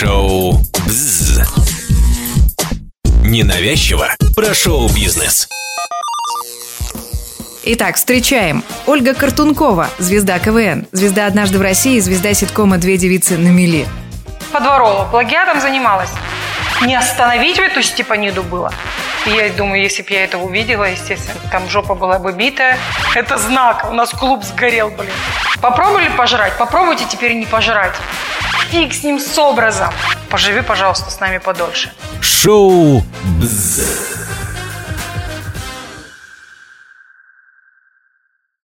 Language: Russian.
Шоу «Бзз». Ненавязчиво про шоу-бизнес. Итак, встречаем. Ольга Картункова, звезда КВН, звезда «Однажды в России», звезда ситкома «Две девицы на мели». Подворовывала, плагиатом занималась. Не остановить эту Степаниду было. И я думаю, если бы я это увидела, естественно, там жопа была бы битая. Это знак. У нас клуб сгорел, блин. Попробовали пожрать? Попробуйте теперь не пожрать. Фиг с ним, с образом. Поживи, пожалуйста, с нами подольше. Шоу «Бзз».